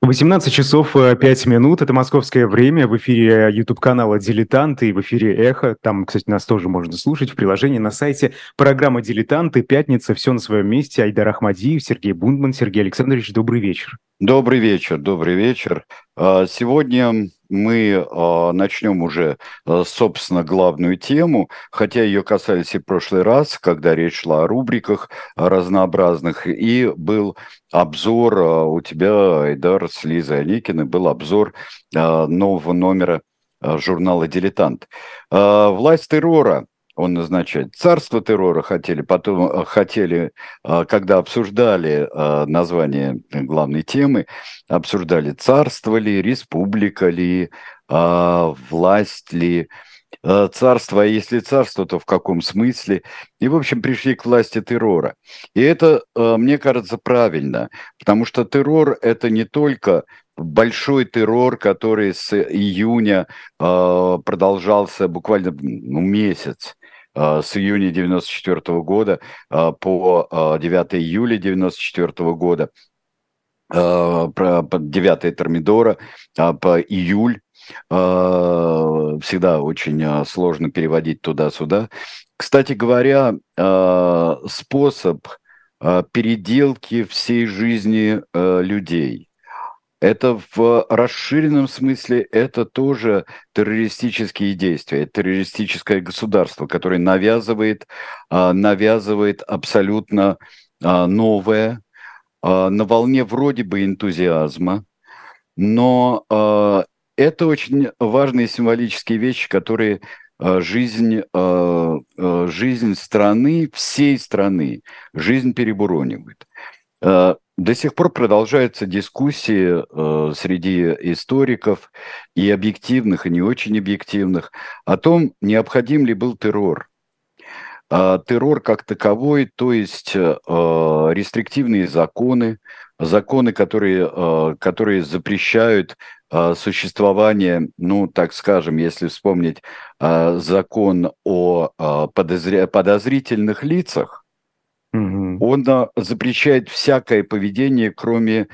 18 часов 5 минут. Это московское время. В эфире YouTube-канала «Дилетанты» и в эфире «Эхо». Там, кстати, нас тоже можно слушать в приложении на сайте. Программа «Дилетанты». Пятница. Все на своем месте. Айдар Ахмадиев, Сергей Бундман. Сергей Александрович, добрый вечер. Добрый вечер, добрый вечер. Сегодня мы начнем уже, собственно, главную тему, хотя ее касались и в прошлый раз, когда речь шла о рубриках разнообразных, и был обзор у тебя, Айдар, с Лизой Аникиной, был обзор нового номера журнала «Дилетант». Власть террора. Он назначает царство террора хотели, потом хотели, когда обсуждали название главной темы, обсуждали царство ли, республика ли, власть ли, царство, а если царство, то в каком смысле. И, в общем, пришли к власти террора. И это, мне кажется, правильно, потому что террор – это не только большой террор, который с июня продолжался буквально месяц, с июня 1994 года по 9 июля 1994 года, по 9 Термидора, по июль. Всегда очень сложно переводить туда-сюда. Кстати говоря, способ переделки всей жизни людей. Это в расширенном смысле, это тоже террористические действия, это террористическое государство, которое навязывает абсолютно новое, на волне вроде бы энтузиазма, но это очень важные символические вещи, которые жизнь страны, всей страны, жизнь перебуронивает. До сих пор продолжаются дискуссии среди историков, и объективных, и не очень объективных, о том, необходим ли был террор. Террор как таковой, то есть рестриктивные законы, законы, которые запрещают существование, ну, так скажем, если вспомнить закон о подозрительных лицах, Мгм. он запрещает всякое поведение, кроме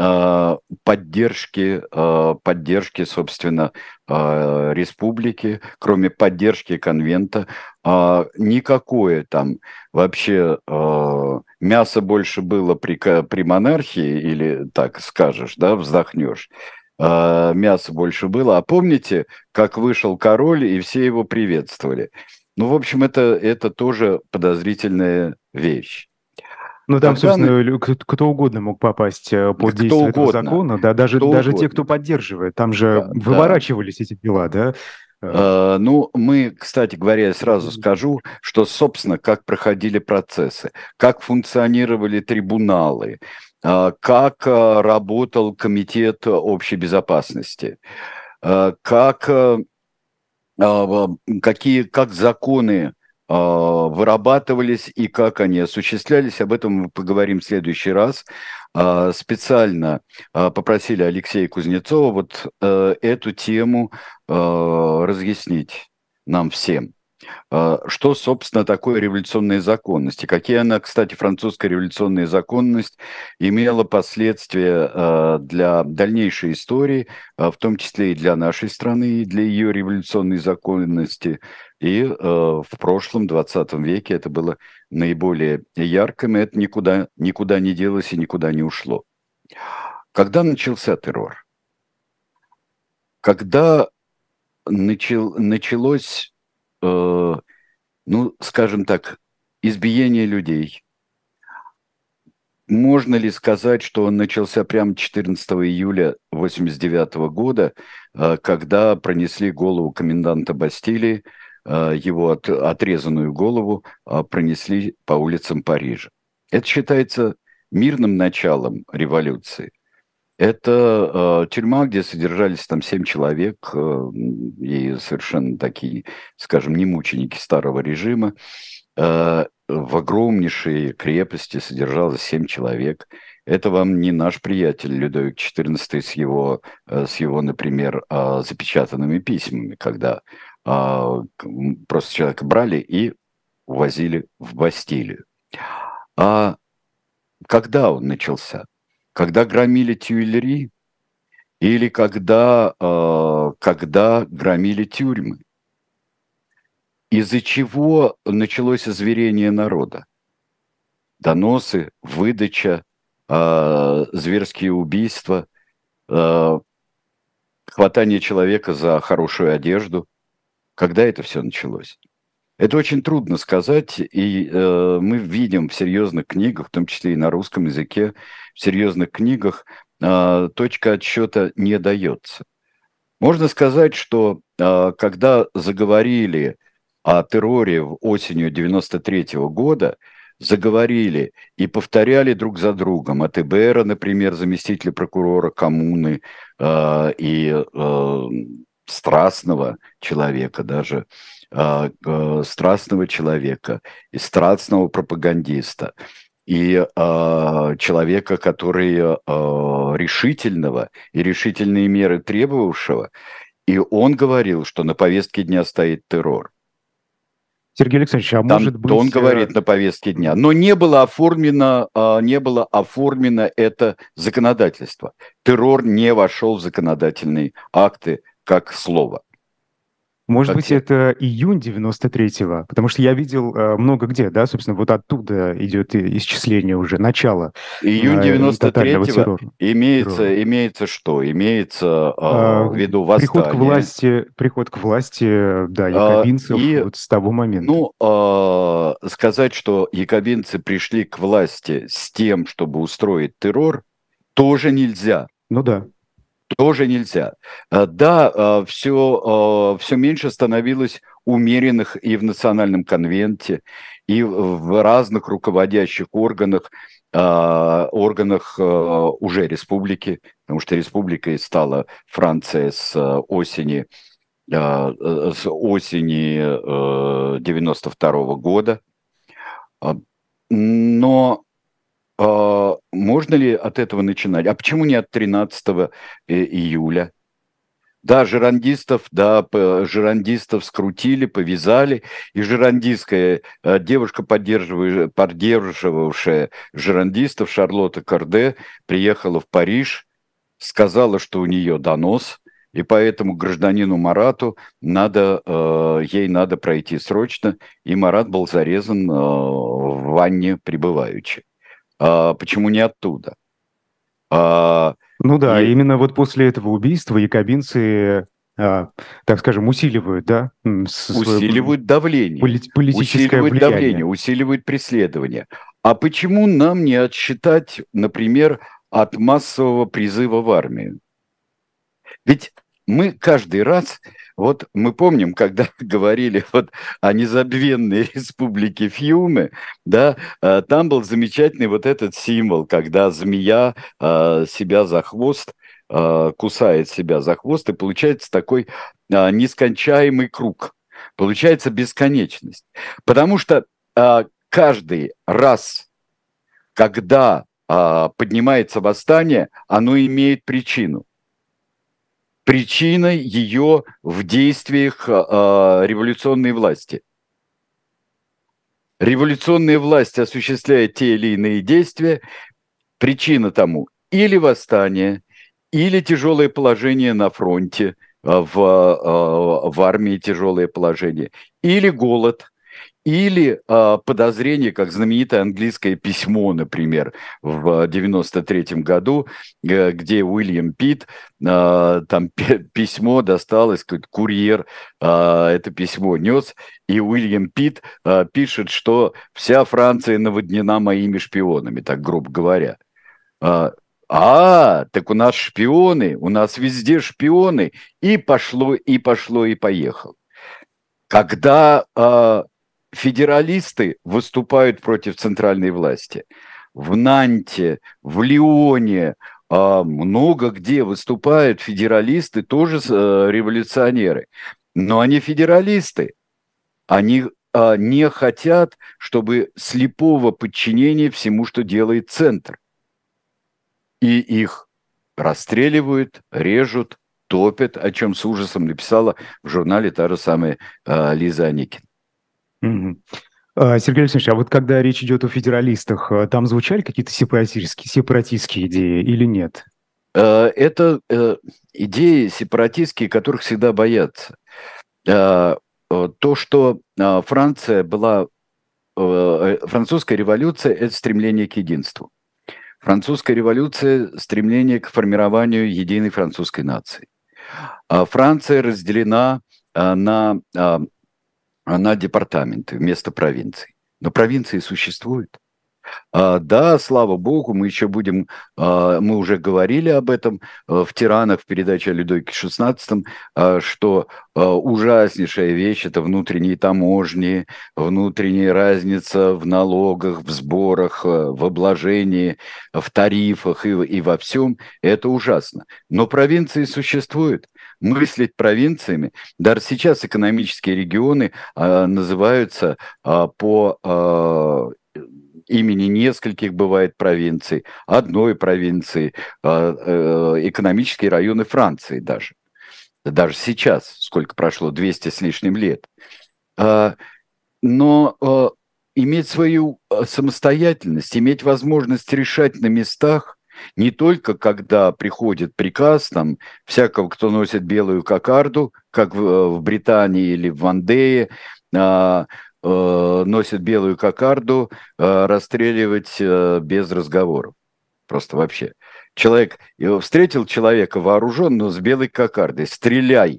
поддержки, собственно, республики, кроме поддержки конвента. Никакое там вообще мясо больше было при монархии, или так скажешь, да, вздохнешь. Мяса больше было. А помните, как вышел король, и все его приветствовали? Ну, в общем, это тоже подозрительная вещь. Ну, там, Когда собственно, кто угодно мог попасть под кто действие этого угодно, закона, да, даже, кто даже те, угодно, кто поддерживает. Там же да, да. выворачивались эти дела, да? Э, Ну, мы, кстати говоря, я сразу скажу, что, собственно, как проходили процессы, как функционировали трибуналы, как работал комитет общей безопасности, как как законы вырабатывались и как они осуществлялись. Об этом мы поговорим в следующий раз. Специально попросили Алексея Кузнецова вот эту тему разъяснить нам всем. Что, собственно, такое революционная законность? И какие она, кстати, французская революционная законность имела последствия для дальнейшей истории, в том числе и для нашей страны, и для ее революционной законности. И в прошлом, 20 веке это было наиболее ярким, и это никуда не делось и никуда не ушло. Когда начался террор? Когда началось, ну, скажем так, избиение людей. Можно ли сказать, что он начался прямо 14 июля 1989 года, когда пронесли голову коменданта Бастилии, его отрезанную голову пронесли по улицам Парижа? Это считается мирным началом революции. Это тюрьма, где содержались там 7 человек, и совершенно такие, скажем, не мученики старого режима. В огромнейшей крепости содержалось 7 человек. Это вам не наш приятель Людовик XIV с его, например, запечатанными письмами, когда просто человека брали и увозили в Бастилию. А когда он начался? Когда громили Тюильри, или когда громили тюрьмы. Из-за чего началось озверение народа? Доносы, выдача, зверские убийства, хватание человека за хорошую одежду. Когда это все началось? Это очень трудно сказать, и мы видим в серьезных книгах, в том числе и на русском языке, в серьезных книгах точка отсчета не дается. Можно сказать, что когда заговорили о терроре осенью 93 года, заговорили и повторяли друг за другом. От ЭБРа, например, заместителя прокурора коммуны и страстного человека даже, страстного человека и страстного пропагандиста, и человека, который решительного и решительные меры требовавшего, и он говорил, что на повестке дня стоит террор. Сергей Александрович, а Там, может быть... он говорит на повестке дня, но не было оформлено это законодательство. Террор не вошел в законодательные акты как слово. Может быть, это июнь 93-го, потому что я видел много где, да, собственно, вот оттуда идет исчисление уже, начало Июнь тотального 93-го террора. имеется что? Имеется в виду восстание. Приход к власти, да, якобинцев вот с того момента. Ну, сказать, что якобинцы пришли к власти с тем, чтобы устроить террор, тоже нельзя. Ну да. Тоже нельзя. Да, все меньше становилось умеренных и в Национальном конвенте, и в разных руководящих органах уже республики, потому что республикой стала Франция с осени 92 года. Но можно ли от этого начинать? А почему не от 13 июля? Да, жерандистов скрутили, повязали, и жерандистская девушка, поддерживавшая жерандистов, Шарлотта Корде, приехала в Париж, сказала, что у нее донос, и поэтому гражданину Марату ей надо пройти срочно, и Марат был зарезан в ванне прибываючи. Почему не оттуда? Ну да, именно вот после этого убийства якобинцы, так скажем, усиливают, да? Усиливают давление. Политическое влияние. Усиливают преследование. А почему нам не отсчитать, например, от массового призыва в армию? Ведь мы каждый раз, вот мы помним, когда говорили вот о незабвенной республике Фьюме, да, там был замечательный вот этот символ, когда змея себя за хвост, кусает себя за хвост, и получается такой нескончаемый круг, получается бесконечность. Потому что каждый раз, когда поднимается восстание, оно имеет причину. Причина ее в действиях революционной власти. Революционная власть осуществляет те или иные действия. Причина тому или восстание, или тяжелое положение на фронте, в армии тяжелое положение, или голод, или подозрение, как знаменитое английское письмо, например, в 1993 году, где Уильям Питт, там письмо досталось, какой-то курьер это письмо нес, и Уильям Питт пишет, что вся Франция наводнена моими шпионами, так грубо говоря. Так у нас шпионы, у нас везде шпионы, и пошло, и поехало. Когда федералисты выступают против центральной власти. В Нанте, в Лионе, много где выступают федералисты, тоже революционеры. Но они федералисты. Они не хотят, чтобы слепого подчинения всему, что делает центр. И их расстреливают, режут, топят, о чем с ужасом написала в журнале та же самая Лиза Аникина. Сергей Александрович, а вот когда речь идет о федералистах, там звучали какие-то сепаратистские идеи или нет? Это идеи сепаратистские, которых всегда боятся. То, что Франция была... Французская революция – это стремление к единству. Французская революция – стремление к формированию единой французской нации. Франция разделена на департаменты вместо провинций. Но провинции существуют. Да, слава богу, мы еще будем, мы уже говорили об этом в «Тиранах» в передаче о Людовике XVI, что ужаснейшая вещь – это внутренние таможни, внутренняя разница в налогах, в сборах, в обложении, в тарифах и во всем. Это ужасно. Но провинции существуют. Мыслить провинциями, даже сейчас экономические регионы называются по имени нескольких бывает провинций, одной провинции, экономические районы Франции даже. Даже сейчас, сколько прошло, 200 с лишним лет. Но иметь свою самостоятельность, иметь возможность решать на местах, не только когда приходит приказ, там, всякого, кто носит белую кокарду, как в Британии или в Вандее, носит белую кокарду, расстреливать без разговоров. Просто вообще. Человек, встретил человека вооруженного с белой кокардой, стреляй.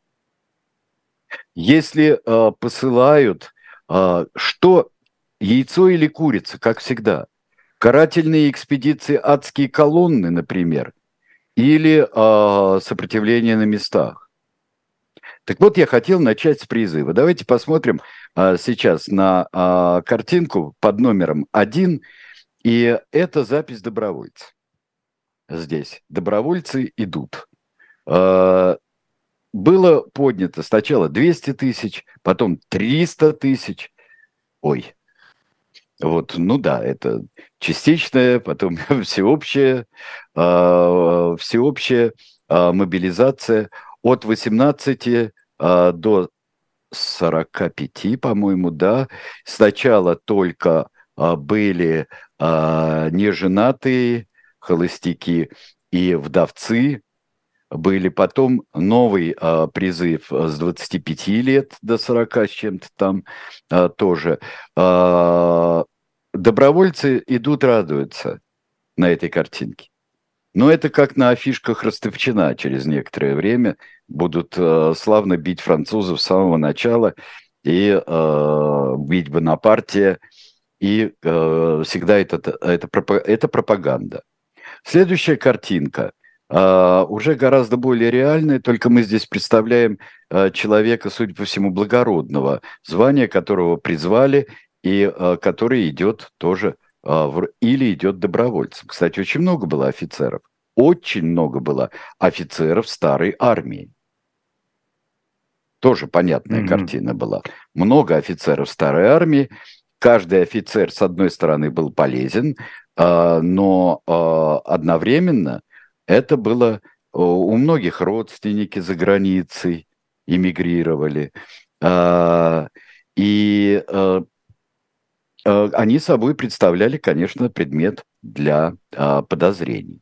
Если посылают, что яйцо или курица, как всегда, карательные экспедиции, адские колонны, например, или сопротивление на местах. Так вот, я хотел начать с призыва. Давайте посмотрим сейчас на картинку под номером 1. И это запись добровольцев. Здесь добровольцы идут. Было поднято сначала 200 тысяч, потом 300 тысяч. Ой, вот, ну да, это частичная, потом всеобщая мобилизация от 18 до 45, по-моему, да. Сначала только были неженатые холостяки и вдовцы, были потом новый призыв с 25 лет до 40 с чем-то там тоже. Добровольцы идут, радуются на этой картинке. Но это как на афишках Ростовчина через некоторое время будут славно бить французов с самого начала и бить Бонапартия. И всегда это пропаганда. Следующая картинка уже гораздо более реальная, только мы здесь представляем человека, судя по всему, благородного, звания которого призвали и который идет тоже или идет добровольцем. Кстати, очень много было офицеров. Очень много было офицеров старой армии. Тоже понятная картина была. Много офицеров старой армии. Каждый офицер, с одной стороны, был полезен, но одновременно это было у многих родственники за границей эмигрировали. И они собой представляли, конечно, предмет для подозрений.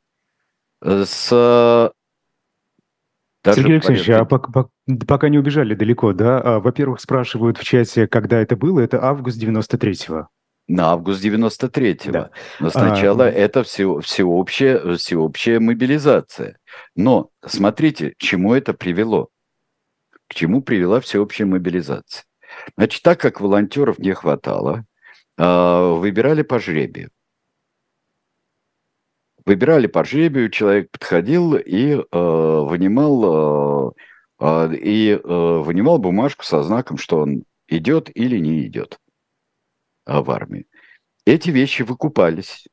Сергей Алексеевич, пока не убежали далеко, да? Во-первых, спрашивают в чате, когда это было. Это август 93-го. На август 93-го. Да. Но сначала это всеобщая мобилизация. Но смотрите, к чему это привело. К чему привела всеобщая мобилизация. Значит, так как волонтеров не хватало, выбирали по жребию. Выбирали по жребию, человек подходил и вынимал бумажку со знаком, что он идет или не идет в армию. Эти вещи выкупались.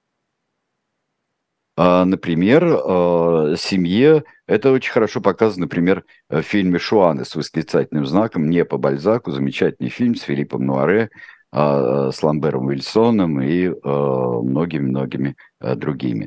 Например, семье, это очень хорошо показано, например, в фильме «Шуаны» с восклицательным знаком, не по Бальзаку, замечательный фильм с Филиппом Нуаре, с Ламбером Уильсоном и многими-многими другими.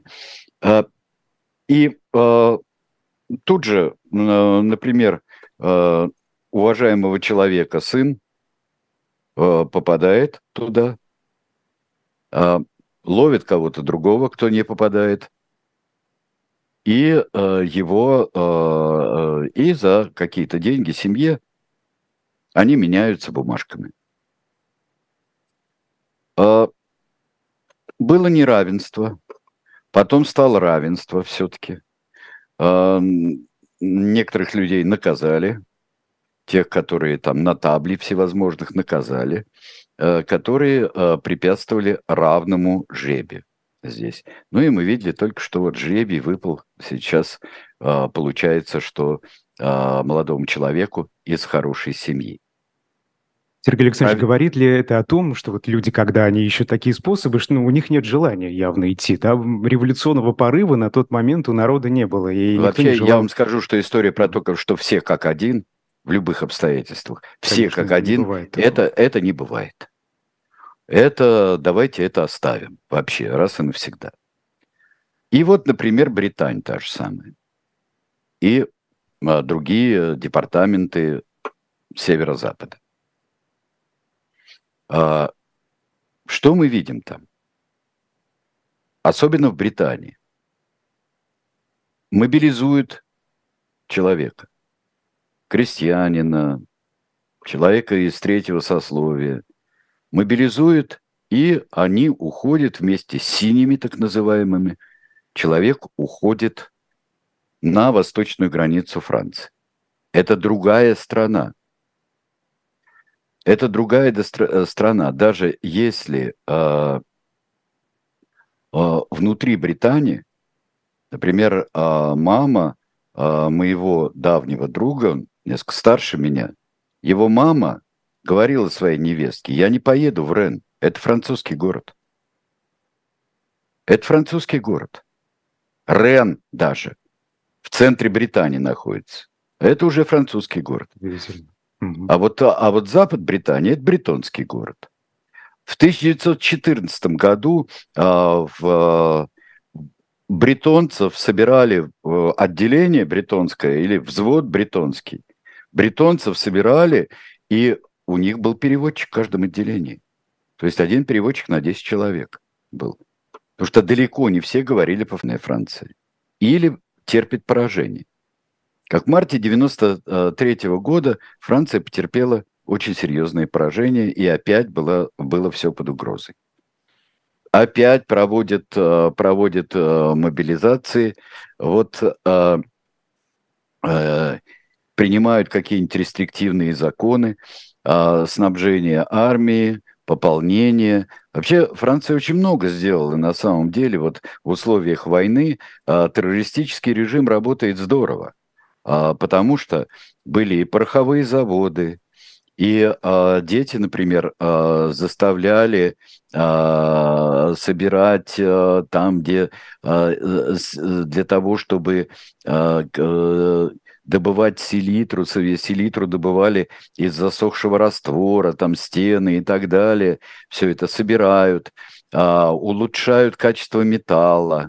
И тут же, например, уважаемого человека сын попадает туда, ловит кого-то другого, кто не попадает, и за какие-то деньги семье они меняются бумажками. Было неравенство, потом стало равенство все-таки. Некоторых людей наказали, тех, которые там на табле всевозможных наказали, которые препятствовали равному жребию здесь. Ну и мы видели только, что вот жребий выпал сейчас, получается, что молодому человеку из хорошей семьи. Сергей Александрович, говорит ли это о том, что вот люди, когда они ищут такие способы, что у них нет желания явно идти, да? Революционного порыва на тот момент у народа не было, и никто не Вообще, я вам желал... скажу, что история про то, что все как один в любых обстоятельствах, все Конечно, как не один, бывает такого. это не бывает. Давайте это оставим вообще раз и навсегда. И вот, например, Британия та же самая. И другие департаменты северо-запада. Что мы видим там? Особенно в Британии. Мобилизуют человека, крестьянина, человека из третьего сословия. Мобилизуют, и они уходят вместе с синими, так называемыми. Человек уходит на восточную границу Франции. Это другая страна. Это другая страна. Даже если внутри Британии, например, мама моего давнего друга, он несколько старше меня, его мама говорила своей невестке: я не поеду в Рен, это французский город. Это французский город. Рен даже в центре Британии находится. Это уже французский город. А вот запад Британии – это бретонский город. В 1914 году бретонцев собирали отделение бретонское или взвод бретонский. Бретонцев собирали, и у них был переводчик в каждом отделении. То есть один переводчик на 10 человек был. Потому что далеко не все говорили по Франции. Или терпит поражение. Как в марте 1993 года Франция потерпела очень серьезные поражения, и опять было все под угрозой. Опять проводят мобилизации, принимают какие-нибудь рестриктивные законы, снабжение армии, пополнение. Вообще Франция очень много сделала на самом деле. Вот в условиях войны террористический режим работает здорово, потому что были и пороховые заводы, и дети, например, заставляли собирать там, где для того, чтобы добывать селитру. Селитру добывали из засохшего раствора, там стены и так далее. Все это собирают, улучшают качество металла.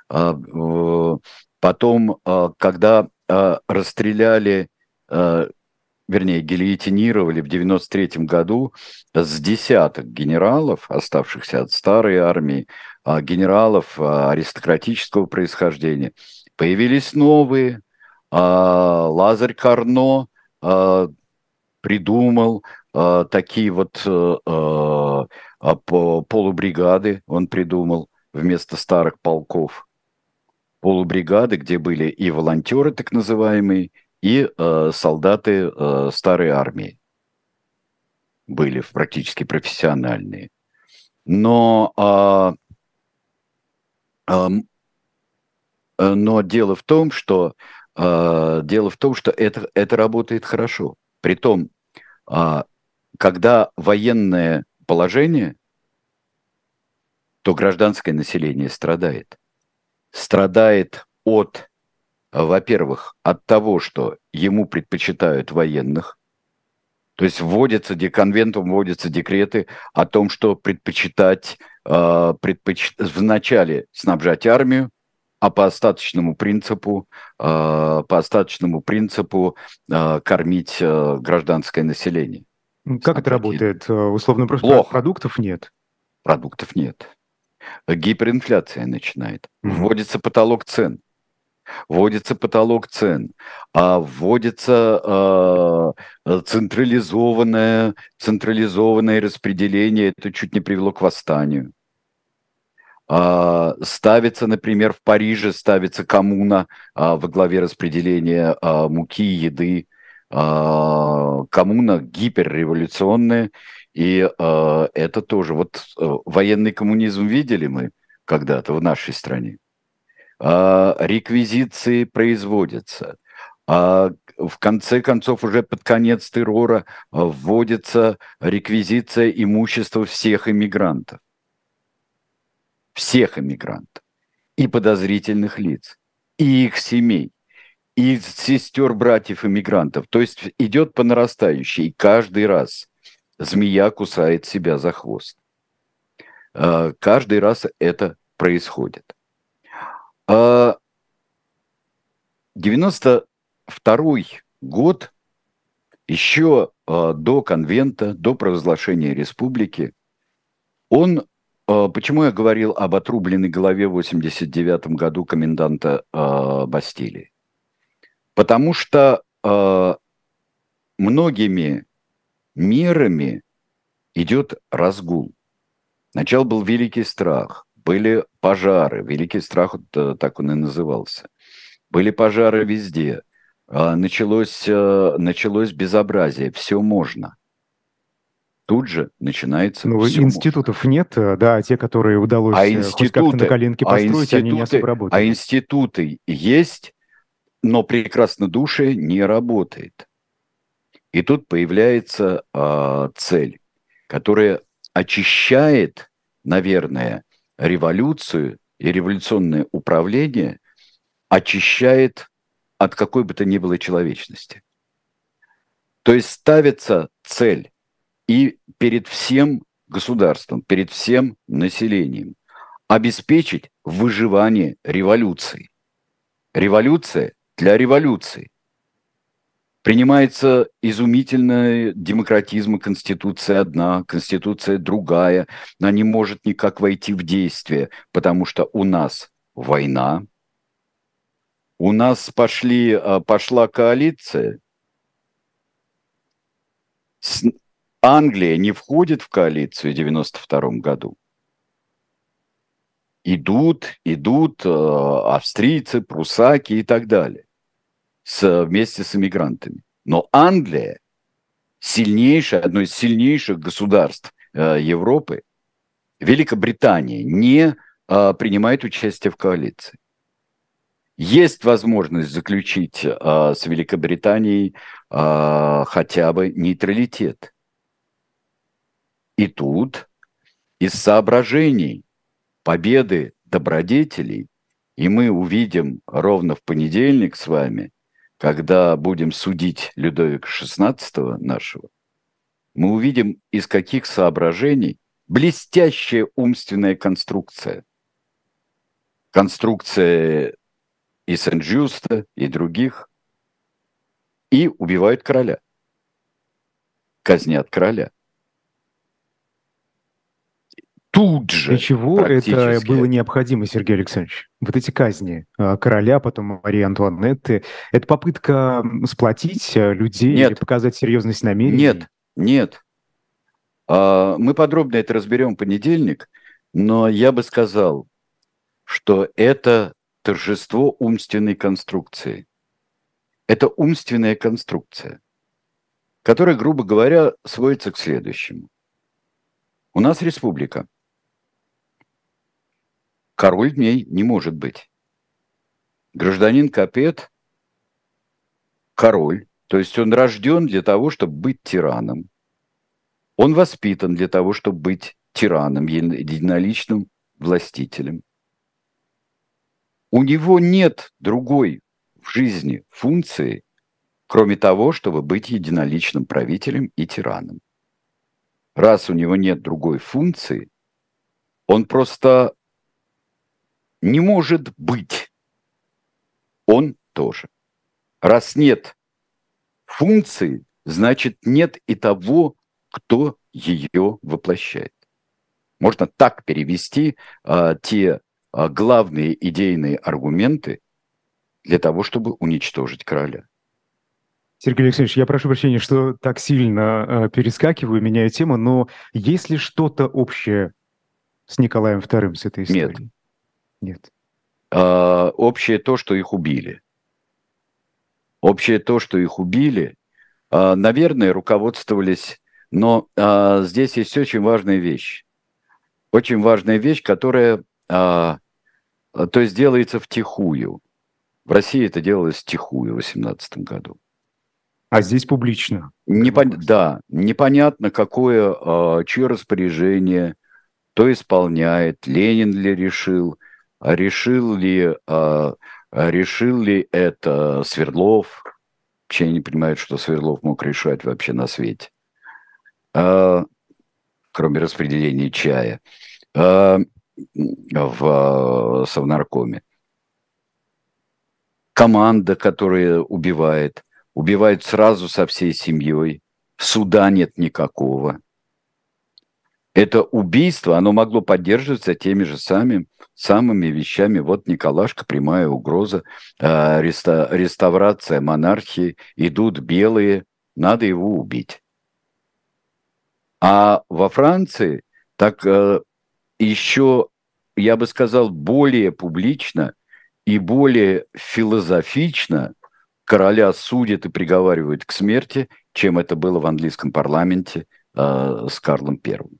Потом, когда расстреляли, вернее, гильотинировали в 1993 году с десяток генералов, оставшихся от старой армии, генералов аристократического происхождения. Появились новые. Лазарь Карно придумал такие вот полубригады, он придумал вместо старых полков. Полубригады, где были и волонтеры, так называемые, и солдаты старой армии. Были практически профессиональные. Но дело в том, что это работает хорошо. Притом, когда военное положение, то гражданское население страдает. Страдает во-первых, от того, что ему предпочитают военных. То есть конвентом вводятся декреты о том, что предпочитать вначале снабжать армию, а по остаточному принципу кормить гражданское население. Как это работает? Условно, просто плохо. Продуктов нет? Продуктов нет. Гиперинфляция начинает. Вводится потолок цен. вводится потолок цен, вводится централизованное распределение, это чуть не привело к восстанию. Ставится, например, в Париже ставится коммуна во главе распределения муки, еды. Коммуна гиперреволюционная, и это тоже. Вот военный коммунизм видели мы когда-то в нашей стране. Реквизиции производятся. В конце концов, уже под конец террора вводится реквизиция имущества всех иммигрантов. Всех иммигрантов. И подозрительных лиц, и их семей, и сестер, братьев иммигрантов. То есть идет по нарастающей. И каждый раз змея кусает себя за хвост. Каждый раз это происходит. 92-й год, еще до конвента, до провозглашения республики, почему я говорил об отрубленной голове в 89 году коменданта Бастилии? Потому что многими мерами идет разгул. Сначала был Великий Страх, были пожары, Великий Страх, так он и назывался. Были пожары везде, началось безобразие, все можно. Тут же начинается все институтов можно. Нет, да, те, которые удалось хоть как-то на коленке построить, они не особо работают. А институты есть, но прекраснодушие не работает. И тут появляется цель, которая очищает, наверное, революцию и революционное управление, очищает от какой бы то ни было человечности. То есть ставится цель и перед всем государством, перед всем населением обеспечить выживание революции. Революция для революции. Принимается изумительный демократизм, конституция одна, конституция другая. Она не может никак войти в действие, потому что у нас война, у нас пошла коалиция. Англия не входит в коалицию в 1992 году. Идут австрийцы, прусаки и так далее. Вместе с иммигрантами. Но Англия, одно из сильнейших государств Европы, Великобритания, не принимает участие в коалиции. Есть возможность заключить с Великобританией хотя бы нейтралитет. И тут из соображений победы добродетелей, и мы увидим ровно в понедельник с вами, когда будем судить Людовика XVI нашего, мы увидим, из каких соображений блестящая умственная конструкция. Конструкция и Сен-Жюста, и других. И убивают короля. Казнят короля. Тут же. Для чего это было необходимо, Сергей Александрович? Вот эти казни короля, потом Марии Антуанетты, это попытка сплотить людей или показать серьезность намерений? Нет. Мы подробно это разберем в понедельник, но я бы сказал, что это торжество умственной конструкции. Это умственная конструкция, которая, грубо говоря, сводится к следующему. У нас республика. Король в ней не может быть. Гражданин Капет – король, то есть он рожден для того, чтобы быть тираном. Он воспитан для того, чтобы быть тираном, единоличным властителем. У него нет другой в жизни функции, кроме того, чтобы быть единоличным правителем и тираном. Раз у него нет другой функции, он просто не может быть. Он тоже. Раз нет функции, значит нет и того, кто ее воплощает. Можно так перевести те главные идейные аргументы, для того, чтобы уничтожить короля. Сергей Алексеевич, я прошу прощения, что так сильно перескакиваю, меняю тему, но есть ли что-то общее с Николаем II, с этой Нет. историей? Нет. Общее то, что их убили. Общее то, что их убили, наверное, руководствовались, но здесь есть очень важная вещь. Очень важная вещь, которая, то есть, делается втихую. В России это делалось втихую в 18 году. А здесь публично. Прямо Да, непонятно, чье распоряжение, кто исполняет, Ленин ли решил, решил ли это Свердлов. Вообще не понимают, что Свердлов мог решать вообще на свете, кроме распределения чая в Совнаркоме. Команда, которая убивает сразу со всей семьей, суда нет никакого. Это убийство, оно могло поддерживаться теми же самыми вещами. Вот Николашка, прямая угроза, реставрация монархии, идут белые, надо его убить. А во Франции так еще, я бы сказал, более публично и более философично короля судят и приговаривают к смерти, чем это было в английском парламенте с Карлом Первым.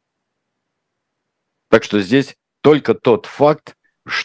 Так что здесь только тот факт,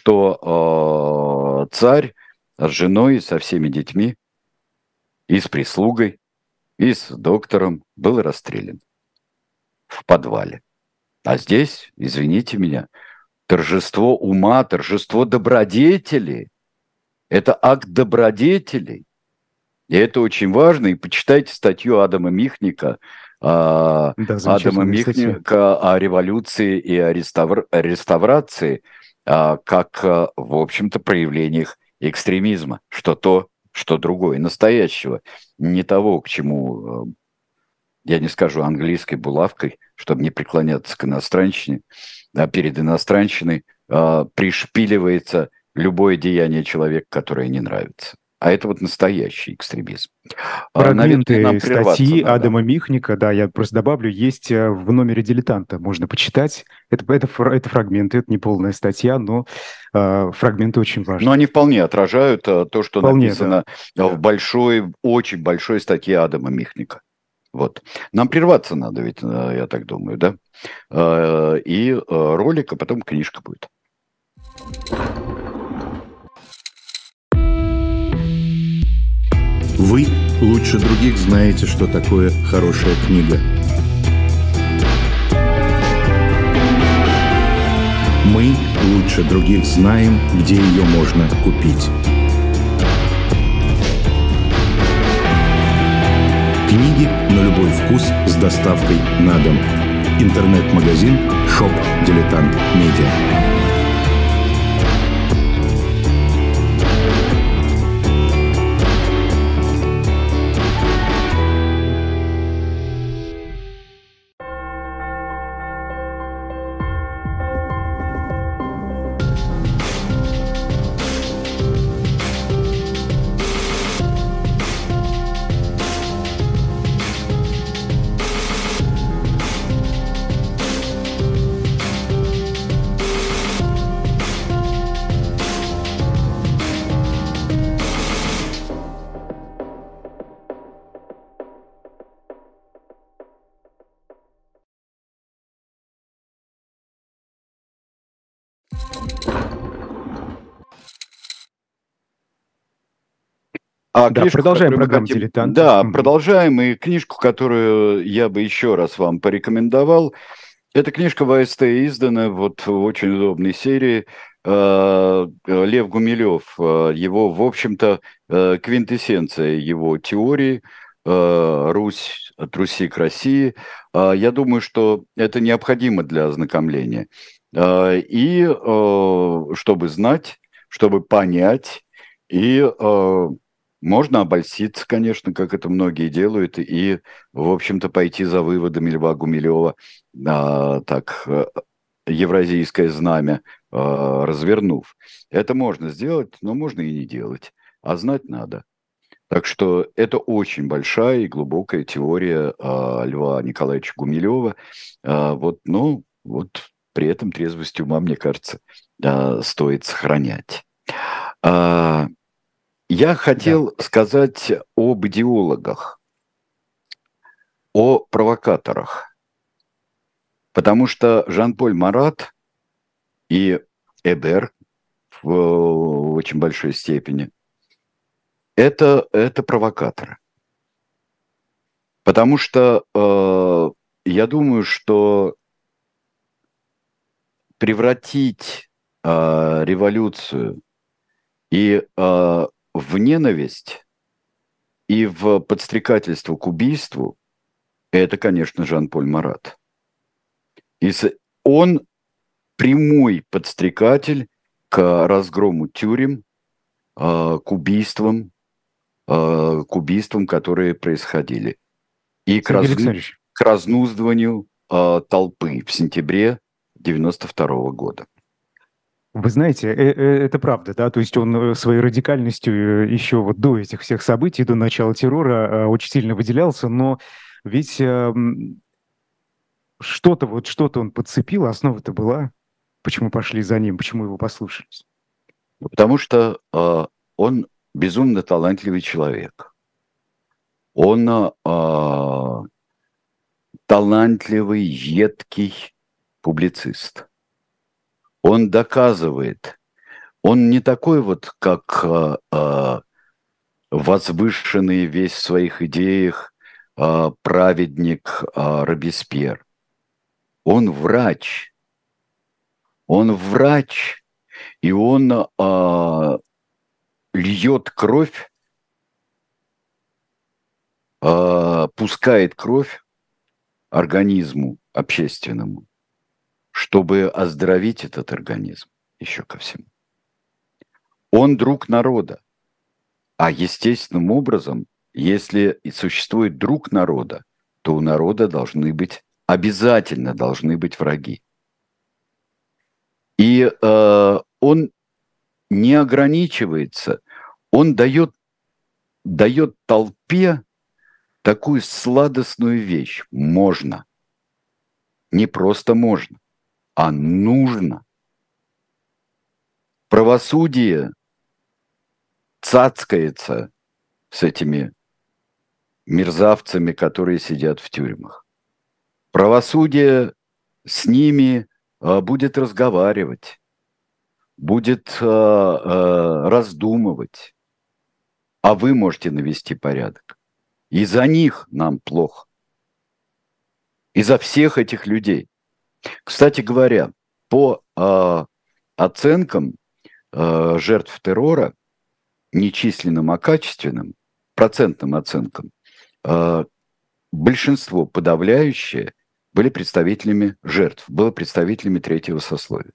что царь с женой и со всеми детьми, и с прислугой, и с доктором был расстрелян в подвале. А здесь, извините меня, торжество ума, торжество добродетели. Это акт добродетелей. И это очень важно. И почитайте статью Адама Михника, Да, замечательная статья. о революции и о реставрации, как, в общем-то, проявлениях экстремизма. Что то, что другое, настоящего. Не того, к чему, я не скажу английской булавкой, чтобы не преклоняться к иностранщине, а перед иностранщиной пришпиливается любое деяние человека, которое не нравится. А это вот настоящий экстремизм. Наверное, нам Фрагменты прерваться статьи надо. Адама Михника, да, я просто добавлю, есть в номере «Дилетанта». Можно почитать. Это фрагменты, это не полная статья, но фрагменты очень Но важны. они вполне отражают то, что Вполне, да. написано в большой, очень большой статье Адама Михника. Вот. Нам прерваться надо, ведь, я так думаю, да? И ролик, а потом книжка будет. Вы лучше других знаете, что такое хорошая книга. Мы лучше других знаем, где ее можно купить. Книги на любой вкус с доставкой на дом. Интернет-магазин Shop Дилетант Медиа. Да, продолжаем программу «Дилетант». Да, продолжаем. И книжку, которую я бы еще раз вам порекомендовал, эта книжка в АСТ издана вот в очень удобной серии. Лев Гумилев, его, в общем-то, квинтэссенция его теории «Русь от Руси к России». Я думаю, что это необходимо для ознакомления. И чтобы знать, чтобы понять, и можно обольститься, конечно, как это многие делают, и, в общем-то, пойти за выводами Льва Гумилева, так, евразийское знамя развернув. Это можно сделать, но можно и не делать. А знать надо. Так что это очень большая и глубокая теория Льва Николаевича Гумилева. Вот при этом трезвость ума, мне кажется, стоит сохранять. Я хотел сказать об идеологах, о провокаторах. Потому что Жан-Поль Марат и Эбер в очень большой степени это провокаторы. Потому что я думаю, что превратить революцию и в ненависть, и в подстрекательство к убийству, это, конечно, Жан-Поль Марат. Он прямой подстрекатель к разгрому тюрем, к убийствам, которые происходили. И к разнуздыванию толпы в сентябре 1992 года. Вы знаете, это правда, да, то есть он своей радикальностью еще вот до этих всех событий, до начала террора очень сильно выделялся, но ведь что-то он подцепил, основа-то была. Почему пошли за ним, почему его послушались? Потому что он безумно талантливый человек. Он талантливый, едкий публицист. Он доказывает. Он не такой вот, как возвышенный весь в своих идеях праведник Робеспьер. Он врач. Он врач, и он льет кровь, пускает кровь организму общественному, чтобы оздоровить этот организм еще ко всему. Он друг народа. А естественным образом, если и существует друг народа, то у народа обязательно должны быть враги. И он не ограничивается, он дает толпе такую сладостную вещь. Можно. Не просто можно, а нужно. Правосудие цацкается с этими мерзавцами, которые сидят в тюрьмах. Правосудие с ними будет разговаривать, будет раздумывать, а вы можете навести порядок. Из-за них нам плохо. Из-за всех этих людей. Кстати говоря, по оценкам жертв террора, не численным, а качественным, процентным оценкам, большинство подавляющее были представителями жертв, было представителями третьего сословия.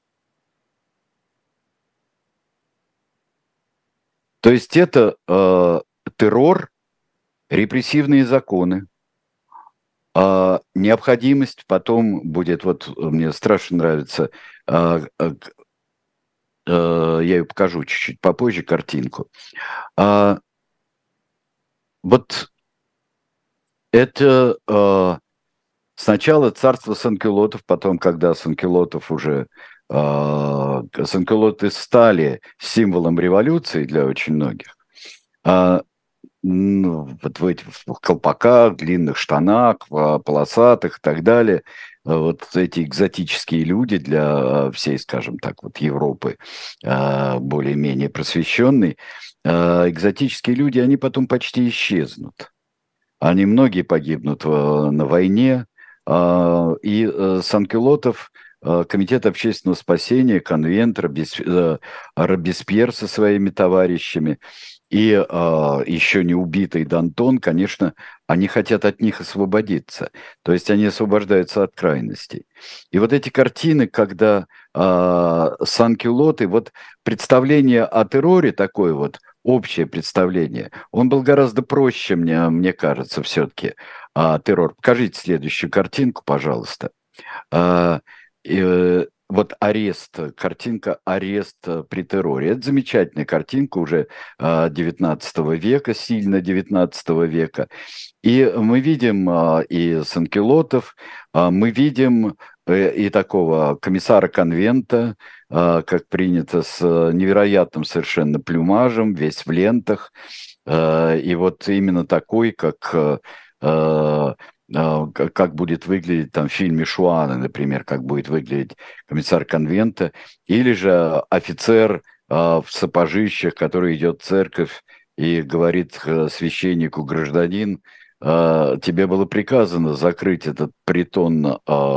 То есть это террор, репрессивные законы, необходимость потом будет, вот мне страшно нравится, я ее покажу чуть-чуть попозже, картинку. Вот это сначала царство санкюлотов, потом, когда санкюлоты стали символом революции для очень многих, вот в этих колпаках, длинных штанах, полосатых и так далее, вот эти экзотические люди для всей, скажем так, вот Европы, более-менее просвещенной, экзотические люди, они потом почти исчезнут. Многие погибнут на войне, и санкюлотов, Комитет общественного спасения, конвент, Робеспьер со своими товарищами и еще не убитый Д'Антон, конечно, они хотят от них освободиться. То есть они освобождаются от крайностей. И вот эти картины, когда санкюлоты, вот представление о терроре такое вот, общее представление, он был гораздо проще, мне кажется, все-таки, террор. Покажите следующую картинку, пожалуйста. Вот вот арест, картинка «Арест при терроре». Это замечательная картинка уже XIX века, сильно XIX века. И мы видим и санкелотов, мы видим и такого комиссара конвента, как принято, с невероятным совершенно плюмажем, весь в лентах. И вот именно такой, как будет выглядеть там в фильме Шуана, например, как будет выглядеть комиссар конвента, или же офицер в сапожищах, который идет в церковь и говорит священнику: гражданин, тебе было приказано закрыть этот притон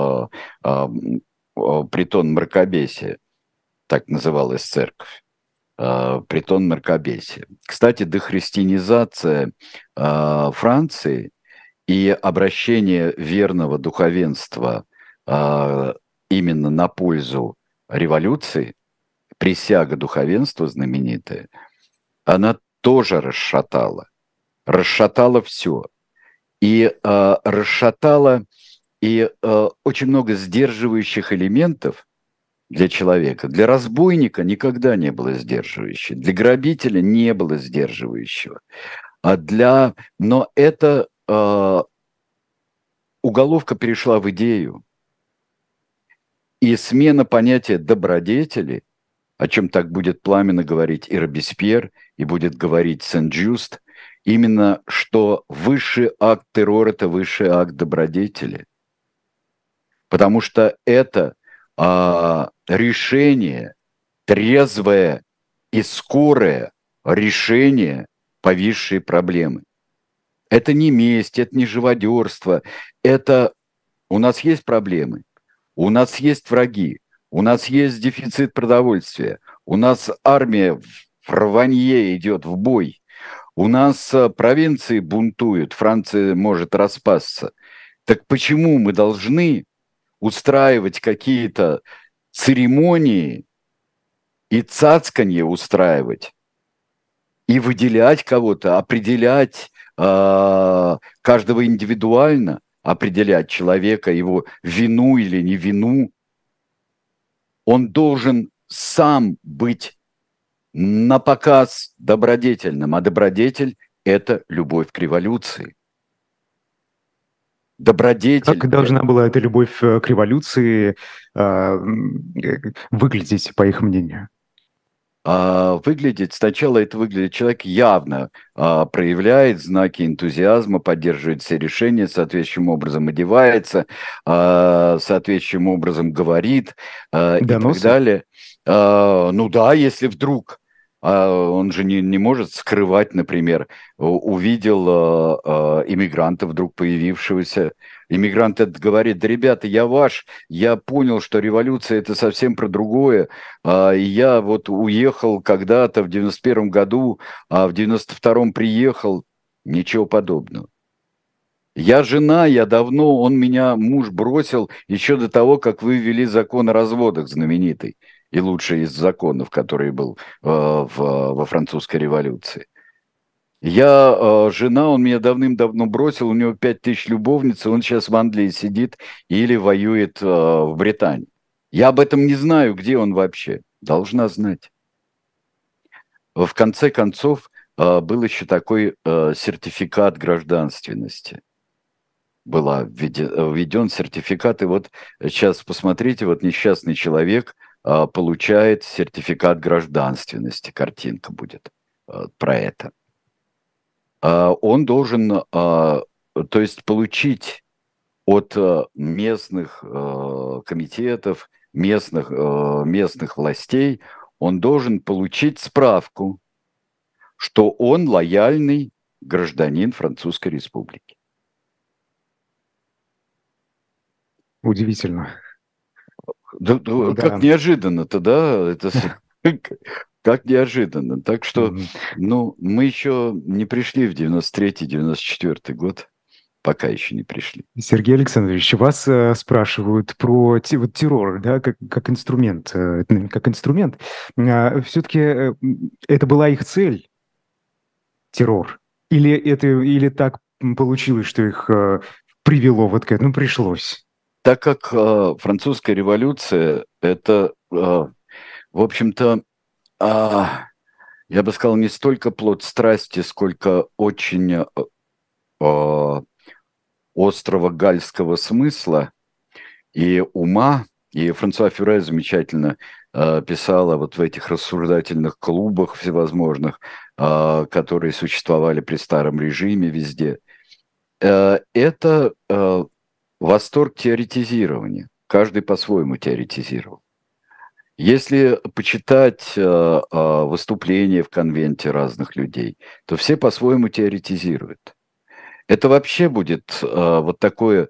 мракобесия, так называлась церковь. Притон мракобесия. Кстати, дехристианизация Франции и обращение верного духовенства именно на пользу революции, присяга духовенства знаменитая, она тоже расшатала все. И расшатала и очень много сдерживающих элементов для человека. Для разбойника никогда не было сдерживающего, для грабителя не было сдерживающего. Но эта уголовка перешла в идею. И смена понятия добродетели, о чем так будет пламенно говорить и Робеспьер, и будет говорить Сен-Джюст, именно что высший акт террора – это высший акт добродетели. Потому что это решение, трезвое и скорое решение повисшей проблемы. Это не месть, это не живодерство, это у нас есть проблемы, у нас есть враги, у нас есть дефицит продовольствия, у нас армия в рванье идет в бой, у нас провинции бунтуют, Франция может распасться. Так почему мы должны устраивать какие-то церемонии и цацканье устраивать, и выделять кого-то, определять каждого индивидуально, определять человека, его вину или не вину? Он должен сам быть на показ добродетельным, а добродетель – это любовь к революции. Добродетель. Как должна была эта любовь к революции выглядеть, по их мнению? Сначала это выглядит, человек явно проявляет знаки энтузиазма, поддерживает все решения, соответствующим образом одевается, соответствующим образом говорит и так далее. Ну да, если вдруг он же не может скрывать, например, увидел иммигранта вдруг появившегося. Иммигрант этот говорит: да, ребята, я понял, что революция – это совсем про другое. И я вот уехал когда-то в 91 году, а в 92-м приехал. Ничего подобного. Я жена, я давно, муж бросил еще до того, как вы ввели закон о разводах знаменитый. И лучший из законов, который был во французской революции. Я жена, он меня давным-давно бросил, у него 5000 любовниц, и он сейчас в Англии сидит или воюет в Британии. Я об этом не знаю, где он вообще. Должна знать. В конце концов, был еще такой сертификат гражданственности. Был введен сертификат, и вот сейчас посмотрите, вот несчастный человек получает сертификат гражданственности. Картинка будет про это. Он должен, то есть, получить от местных комитетов, местных властей, он должен получить справку, что он лояльный гражданин Французской Республики. Удивительно. Да. Как неожиданно-то, да? Это как неожиданно. Так что, мы еще не пришли в 93-94 год. Пока еще не пришли. Сергей Александрович, вас спрашивают про террор, да, как инструмент. Как инструмент. Все-таки это была их цель, террор? Или так получилось, что их привело вот к этому, пришлось? так как французская революция – это, в общем-то, я бы сказал, не столько плод страсти, сколько очень острого гальского смысла и ума. И Франсуа Фюре замечательно писала вот в этих рассуждательных клубах всевозможных, которые существовали при старом режиме везде. Это восторг теоретизирования. Каждый по-своему теоретизировал. Если почитать выступления в конвенте разных людей, то все по-своему теоретизируют. Это вообще будет вот такое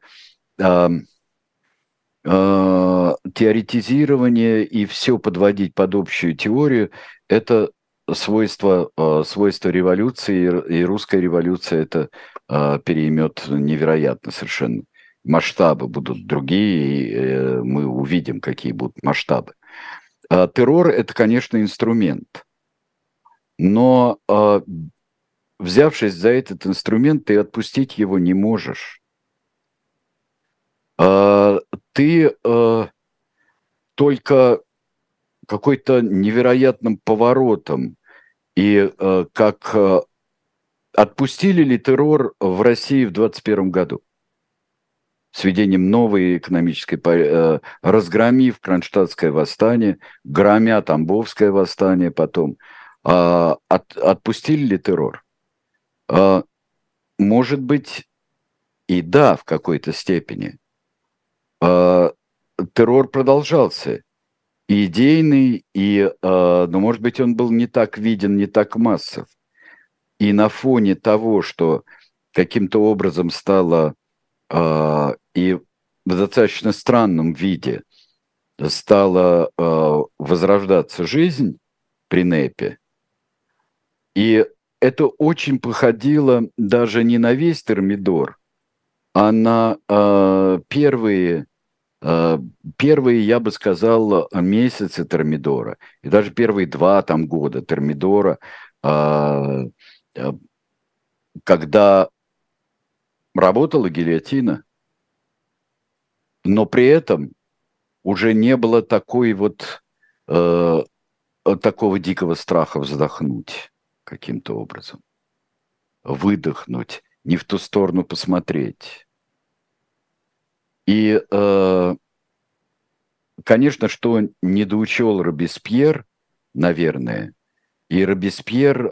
теоретизирование и все подводить под общую теорию. Это свойство революции, и русская революция это переймет невероятно совершенно. Масштабы будут другие, и мы увидим, какие будут масштабы. Террор – это, конечно, инструмент, но взявшись за этот инструмент, ты отпустить его не можешь. Ты только какой-то невероятным поворотом и как отпустили ли террор в России в 2021 году? С введением новой экономической, разгромив Кронштадтское восстание, громя Тамбовское восстание потом, отпустили ли террор? Может быть, и да, в какой-то степени. Террор продолжался, и идейный, но, может быть, он был не так виден, не так массов. И на фоне того, что каким-то образом стало и в достаточно странном виде стала возрождаться жизнь при НЭПе, и это очень походило даже не на весь Термидор, а на первые, я бы сказал, месяцы Термидора, и даже первые 2 года Термидора, когда работала гильотина, но при этом уже не было такого дикого страха вздохнуть каким-то образом, выдохнуть, не в ту сторону посмотреть. И, конечно, что недоучел Робеспьер, наверное, и Робеспьер,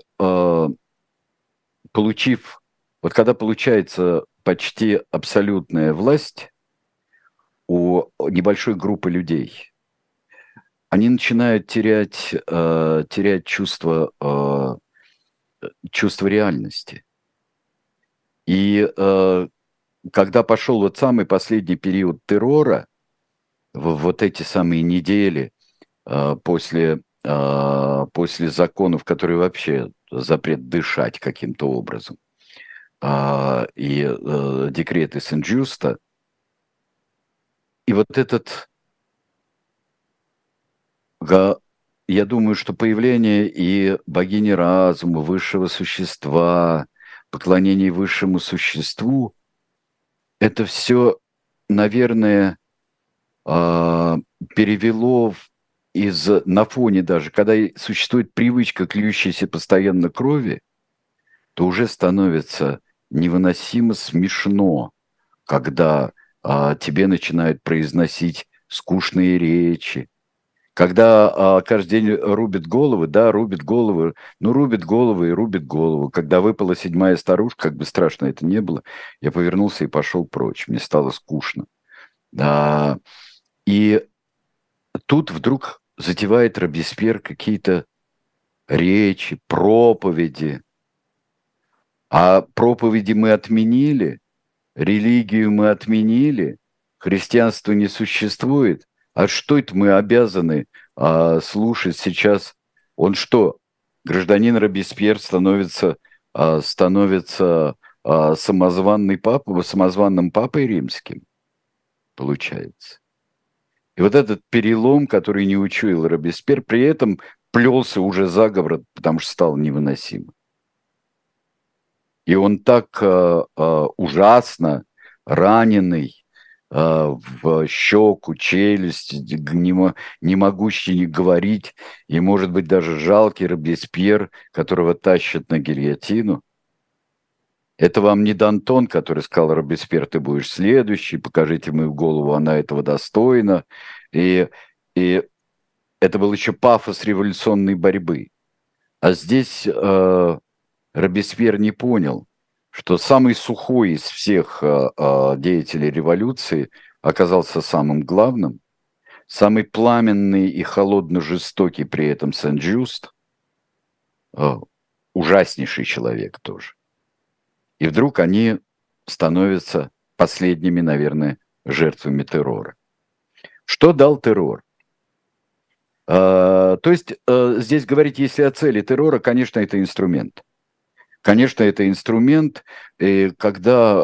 получив, вот когда получается почти абсолютная власть у небольшой группы людей, они начинают терять чувство реальности. И когда пошел вот самый последний период террора, вот эти самые недели после законов, которые вообще запрет дышать каким-то образом, и декреты Сен-Джуста, и вот этот, я думаю, что появление и богини разума, высшего существа, поклонение высшему существу, это все, наверное, перевело на фоне даже, когда существует привычка к льющейся постоянно крови, то уже становится невыносимо смешно, когда тебе начинают произносить скучные речи, когда каждый день рубит головы, да, рубит головы, ну, рубит головы и рубит голову. Когда выпала 7-я старушка, как бы страшно это не было, я повернулся и пошел прочь. Мне стало скучно. И тут вдруг затевает Робеспьер какие-то речи, проповеди. А проповеди мы отменили, религию мы отменили, христианство не существует. А что это мы обязаны слушать сейчас? Он что, гражданин Робеспьер становится самозванным папой римским, получается. И вот этот перелом, который не учуял Робеспьер, при этом плелся уже заговор, потому что стало невыносимо. И он так ужасно раненый, в щеку, челюсть, не могущий не говорить, и, может быть, даже жалкий Робеспьер, которого тащат на гильотину. Это вам не Д'Антон, который сказал: Робеспьер, ты будешь следующий, покажите мою голову, она этого достойна. И это был еще пафос революционной борьбы. А здесь Робеспьер не понял, что самый сухой из всех деятелей революции оказался самым главным, самый пламенный и холодно-жестокий при этом Сен-Жюст, ужаснейший человек тоже. И вдруг они становятся последними, наверное, жертвами террора. Что дал террор? То есть здесь говорить, если о цели террора, конечно, это инструмент. Конечно, это инструмент, когда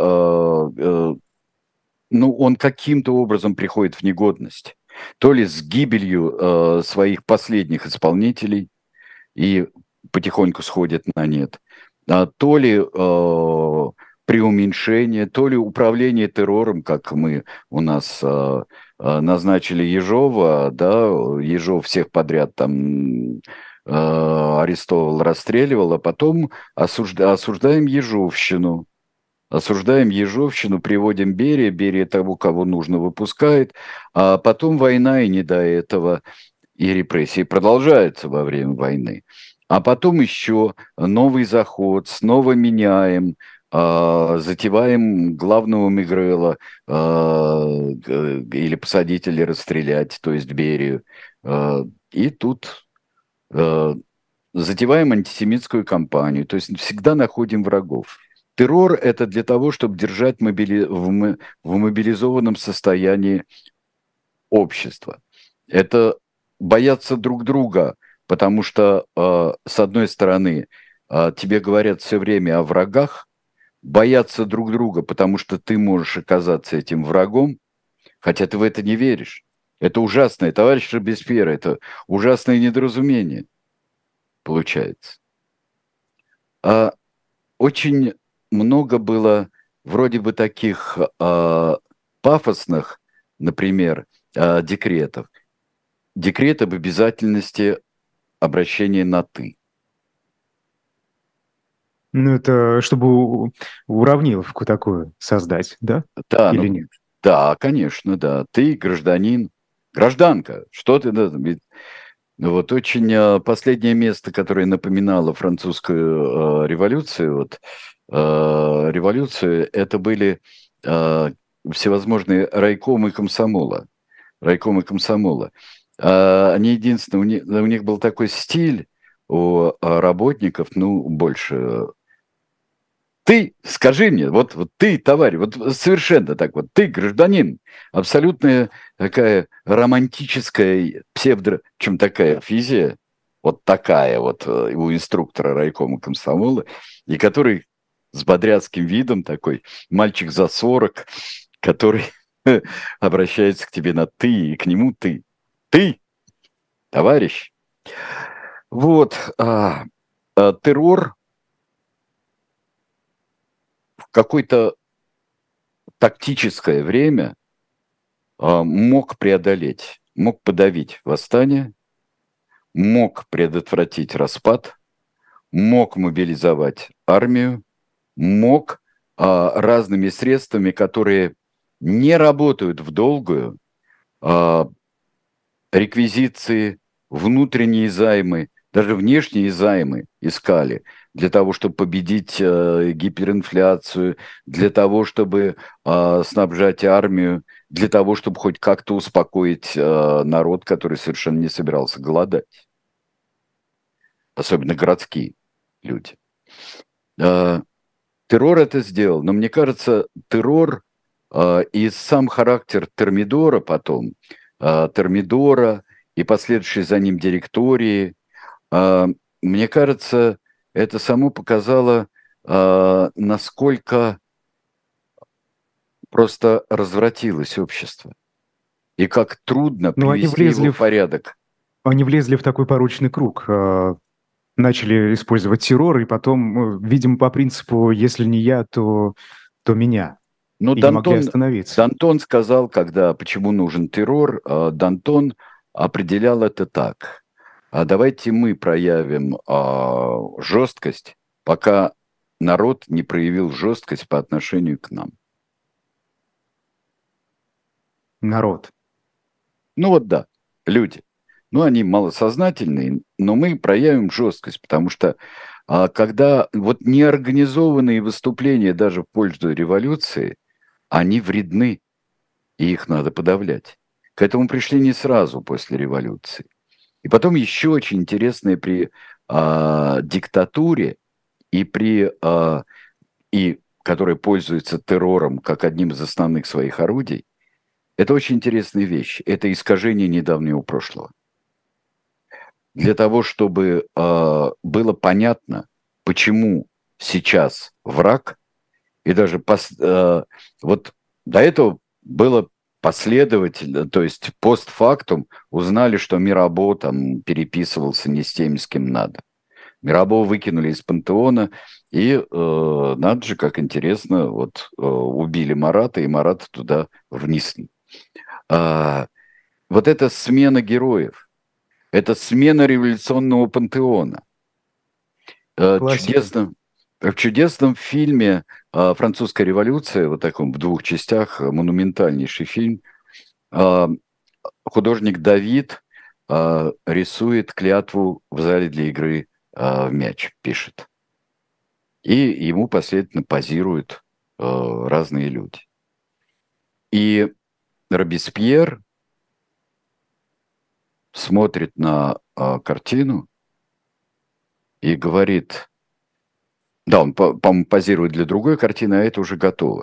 он каким-то образом приходит в негодность. То ли с гибелью своих последних исполнителей и потихоньку сходит на нет, то ли преуменьшение, то ли управление террором, как мы у нас назначили Ежова, да, Ежов всех подряд там арестовывал, расстреливал, а потом осуждаем Ежовщину. Осуждаем Ежовщину, приводим Берия того, кого нужно, выпускает, а потом война, и не до этого, и репрессии продолжаются во время войны. А потом еще новый заход, снова меняем, затеваем главного Мегрела или посадить, или расстрелять, то есть Берию. И тут затеваем антисемитскую кампанию, то есть всегда находим врагов. Террор – это для того, чтобы держать в мобилизованном состоянии общество. Это бояться друг друга, потому что, с одной стороны, тебе говорят все время о врагах, бояться друг друга, потому что ты можешь оказаться этим врагом, хотя ты в это не веришь. Это ужасное, товарищ Робеспьер, это ужасное недоразумение получается. Очень много было вроде бы таких пафосных, например, декретов. Декрет об обязательности обращения на «ты». Ну, это чтобы уравниловку такую создать, да? Да, Или нет? Да, конечно, да. Ты гражданин, гражданка, что ты... Да, вот очень последнее место, которое напоминало французскую революцию, это были всевозможные райкомы комсомола. Райкомы комсомола. Они единственные, у них был такой стиль у работников, больше... Ты, скажи мне, вот ты, товарищ, вот совершенно так вот, ты, гражданин, абсолютная такая романтическая чем такая физия, вот такая вот у инструктора райкома комсомола, и который с бодряцким видом такой, мальчик за 40, который обращается к тебе на «ты», и к нему «ты». Ты, товарищ. Вот, террор в какое-то тактическое время мог преодолеть, мог подавить восстание, мог предотвратить распад, мог мобилизовать армию, мог разными средствами, которые не работают в долгую, реквизиции, внутренние займы, даже внешние займы искали для того, чтобы победить гиперинфляцию, для того, чтобы снабжать армию, для того, чтобы хоть как-то успокоить народ, который совершенно не собирался голодать. Особенно городские люди. Террор это сделал, но мне кажется, террор и сам характер Термидора потом, Термидора и последующие за ним директории, мне кажется, это само показало, насколько просто развратилось общество и как трудно привести его в порядок. Они влезли в такой порочный круг, начали использовать террор, и потом, видимо, по принципу «если не я, то меня». Ну, и не могли остановиться. Дантон сказал, почему нужен террор, Дантон определял это так. А давайте мы проявим жесткость, пока народ не проявил жесткость по отношению к нам. Народ. Ну вот да, люди. Ну, они малосознательные, но мы проявим жесткость, потому что когда вот неорганизованные выступления даже в пользу революции, они вредны, и их надо подавлять. К этому пришли не сразу после революции. И потом еще очень интересное при диктатуре и которая пользуется террором как одним из основных своих орудий, это очень интересная вещь. Это искажение недавнего прошлого. Для того, чтобы было понятно, почему сейчас враг, и даже вот до этого было последовательно, то есть постфактум узнали, что Мирабо там переписывался не с теми, с кем надо. Мирабо выкинули из пантеона, и надо же, как интересно, вот убили Марата, и Марата туда внесли. Вот эта смена героев, это смена революционного пантеона. В чудесном фильме «Французская революция», вот таком в 2 частях, монументальнейший фильм, художник Давид рисует клятву в зале для игры в мяч, пишет. И ему последовательно позируют разные люди. И Робеспьер смотрит на картину и говорит, да, он, по-моему, позирует для другой картины, а это уже готово.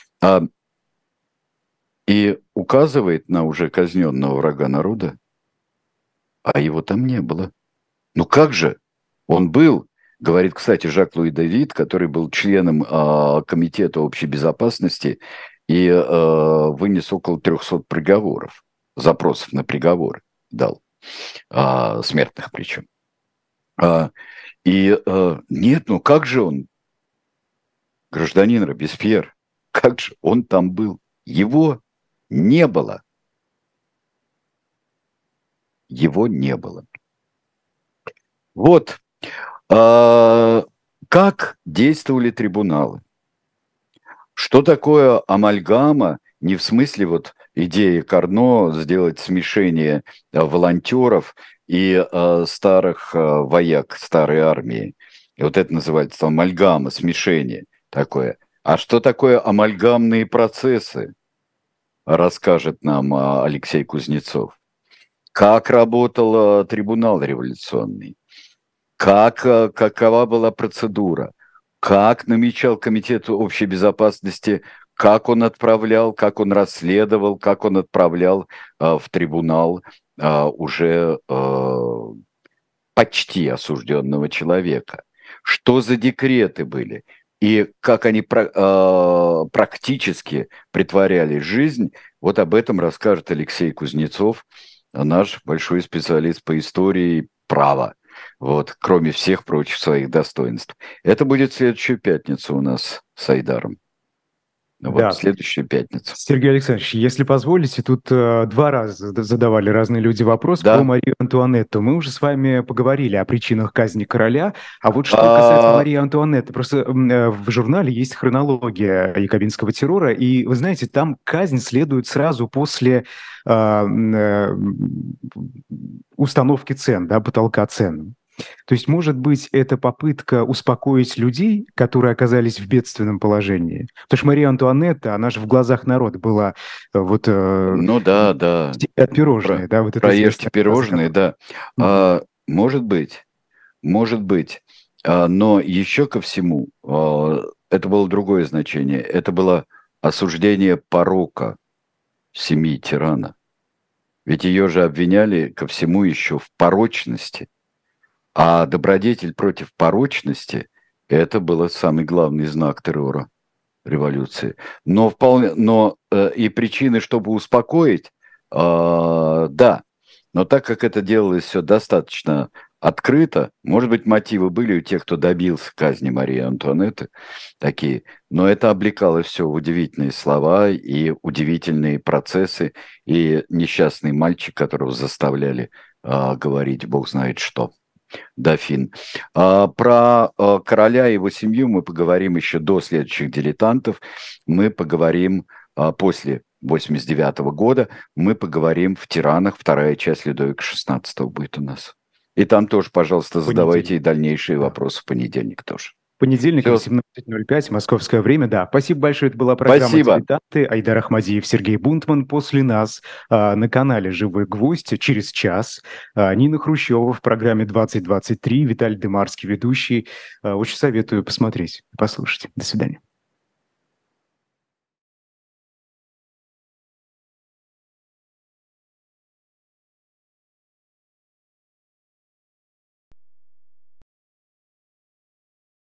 И указывает на уже казненного врага народа, а его там не было. Ну как же? Он был, говорит, кстати, Жак-Луи Давид, который был членом Комитета общей безопасности и вынес около 300 приговоров, запросов на приговоры дал, смертных причем. Нет, ну как же он, гражданин Робеспьер, как же он там был? Его не было. Его не было. Вот. Как действовали трибуналы? Что такое амальгама? Не в смысле вот идеи Карно сделать смешение волонтеров и старых вояк старой армии. И вот это называется амальгама, смешение такое. А что такое амальгамные процессы? Расскажет нам Алексей Кузнецов. Как работал трибунал революционный? Какова была процедура? Как намечал Комитет общей безопасности? Как он отправлял, как он расследовал, как он отправлял в трибунал уже почти осужденного человека? Что за декреты были? И как они практически притворяли жизнь, вот об этом расскажет Алексей Кузнецов, наш большой специалист по истории права, вот, кроме всех прочих своих достоинств. Это будет в следующую пятницу у нас с Айдаром. Вот, да. В следующую пятницу. Сергей Александрович, если позволите, тут 2 раза задавали разные люди вопрос про Марию Антуанетту. Мы уже с вами поговорили о причинах казни короля, а вот что касается Марии Антуанетты, просто в журнале есть хронология якобинского террора, и вы знаете, там казнь следует сразу после установки цен, да, потолка цен. То есть, может быть, это попытка успокоить людей, которые оказались в бедственном положении. Потому что Мария Антуанетта, она же в глазах народа была вот... Ну да. Пирожные, да? Вот проешьте пирожные, да. Может быть. Но еще ко всему, это было другое значение. Это было осуждение порока семьи тирана. Ведь ее же обвиняли ко всему еще в порочности. А добродетель против порочности – это был самый главный знак террора революции. Но и причины, чтобы успокоить, да. Но так как это делалось все достаточно открыто. Может быть, мотивы были у тех, кто добился казни Марии Антуанетты, такие. Но это облекало все в удивительные слова и удивительные процессы, и несчастный мальчик, которого заставляли говорить бог знает что. Дофин. Про короля и его семью мы поговорим еще до следующих дилетантов. Мы поговорим после 89 года. Мы поговорим в «Тиранах». Вторая часть Людовика XVI будет у нас. И там тоже, пожалуйста, задавайте и дальнейшие вопросы в понедельник тоже. Понедельник, 18:05, московское время, да. Спасибо большое, это была программа «Дилетанты». Айдар Ахмадиев, Сергей Бунтман. После нас на канале «Живой гвоздь» через час Нина Хрущева в программе 2023, Виталий Дымарский, ведущий. Очень советую посмотреть, послушать. До свидания.